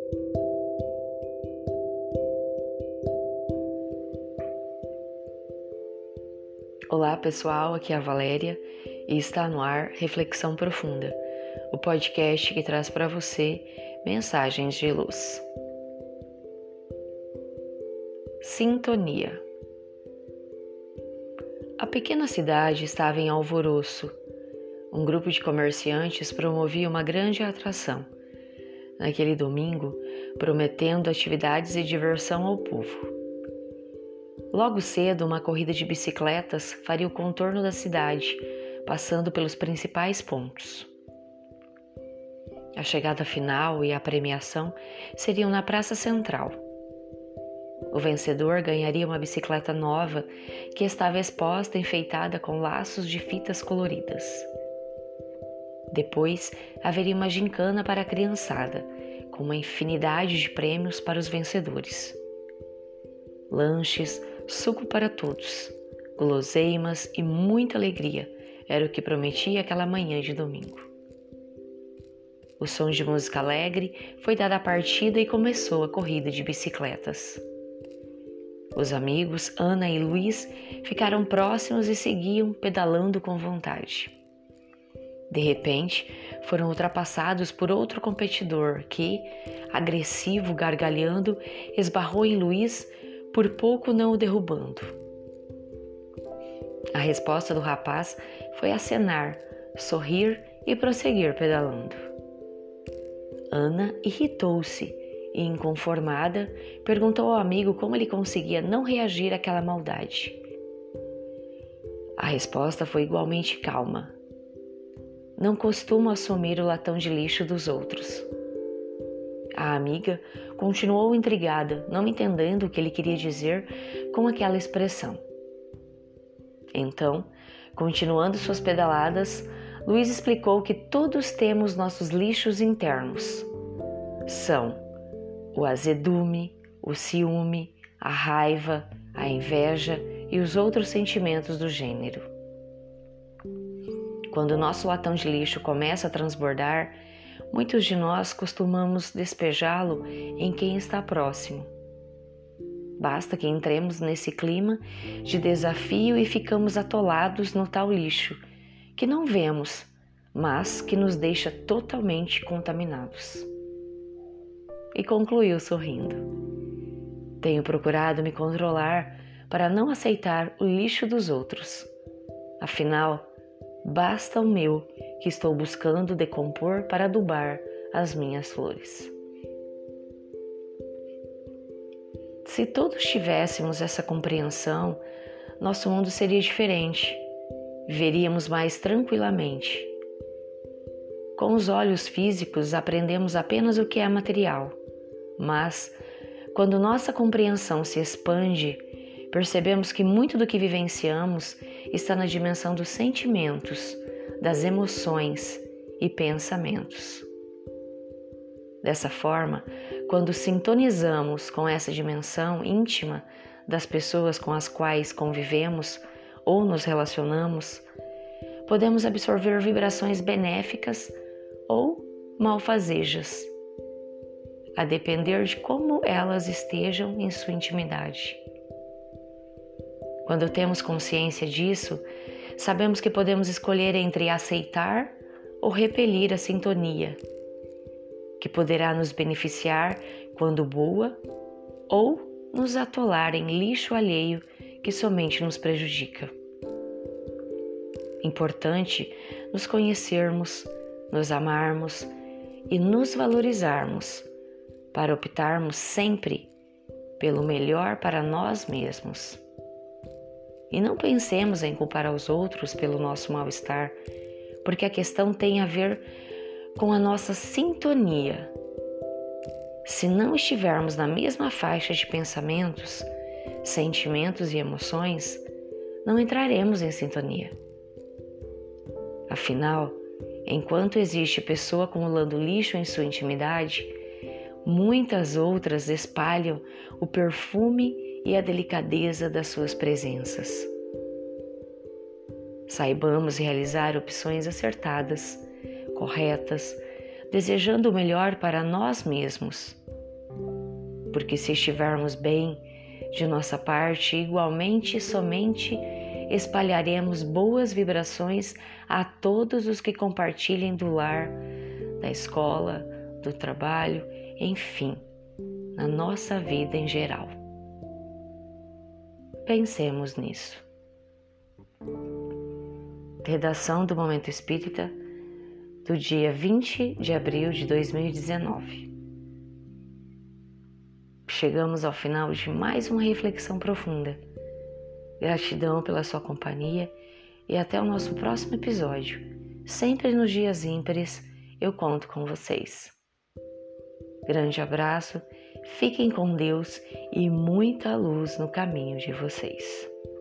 Olá pessoal, aqui é a Valéria e está no ar Reflexão Profunda, o podcast que traz para você mensagens de luz. Sintonia. A pequena cidade estava em alvoroço. Um grupo de comerciantes promovia uma grande atração naquele domingo, prometendo atividades e diversão ao povo. Logo cedo, uma corrida de bicicletas faria o contorno da cidade, passando pelos principais pontos. A chegada final e a premiação seriam na Praça Central. O vencedor ganharia uma bicicleta nova que estava exposta enfeitada com laços de fitas coloridas. Depois, haveria uma gincana para a criançada, com uma infinidade de prêmios para os vencedores. Lanches, suco para todos, guloseimas e muita alegria era o que prometia aquela manhã de domingo. O som de música alegre foi dada a partida e começou a corrida de bicicletas. Os amigos, Ana e Luiz, ficaram próximos e seguiam pedalando com vontade. De repente, foram ultrapassados por outro competidor que, agressivo, gargalhando, esbarrou em Luiz, por pouco não o derrubando. A resposta do rapaz foi acenar, sorrir e prosseguir pedalando. Ana irritou-se e, inconformada, perguntou ao amigo como ele conseguia não reagir àquela maldade. A resposta foi igualmente calma. Não costumo assumir o latão de lixo dos outros. A amiga continuou intrigada, não entendendo o que ele queria dizer com aquela expressão. Então, continuando suas pedaladas, Luiz explicou que todos temos nossos lixos internos. São o azedume, o ciúme, a raiva, a inveja e os outros sentimentos do gênero. Quando o nosso latão de lixo começa a transbordar, muitos de nós costumamos despejá-lo em quem está próximo. Basta que entremos nesse clima de desafio e ficamos atolados no tal lixo, que não vemos, mas que nos deixa totalmente contaminados. E concluiu sorrindo. Tenho procurado me controlar para não aceitar o lixo dos outros. Afinal, basta o meu que estou buscando decompor para adubar as minhas flores. Se todos tivéssemos essa compreensão, nosso mundo seria diferente. Viveríamos mais tranquilamente. Com os olhos físicos aprendemos apenas o que é material, mas quando nossa compreensão se expande, percebemos que muito do que vivenciamos está na dimensão dos sentimentos, das emoções e pensamentos. Dessa forma, quando sintonizamos com essa dimensão íntima das pessoas com as quais convivemos ou nos relacionamos, podemos absorver vibrações benéficas ou malfazejas, a depender de como elas estejam em sua intimidade. Quando temos consciência disso, sabemos que podemos escolher entre aceitar ou repelir a sintonia, que poderá nos beneficiar quando boa ou nos atolar em lixo alheio que somente nos prejudica. Importante nos conhecermos, nos amarmos e nos valorizarmos para optarmos sempre pelo melhor para nós mesmos. E não pensemos em culpar aos outros pelo nosso mal-estar, porque a questão tem a ver com a nossa sintonia. Se não estivermos na mesma faixa de pensamentos, sentimentos e emoções, não entraremos em sintonia. Afinal, enquanto existe pessoa acumulando lixo em sua intimidade, muitas outras espalham o perfume e a delicadeza das suas presenças. Saibamos realizar opções acertadas, corretas, desejando o melhor para nós mesmos, Porque se estivermos bem de nossa parte, igualmente e somente espalharemos boas vibrações a todos os que compartilhem do lar, da escola, do trabalho, enfim, na nossa vida em geral. Pensemos nisso. Redação do Momento Espírita do dia 20 de abril de 2019. Chegamos ao final de mais uma reflexão profunda. Gratidão pela sua companhia e até o nosso próximo episódio. Sempre nos dias ímpares eu conto com vocês. Grande abraço, fiquem com Deus e muita luz no caminho de vocês.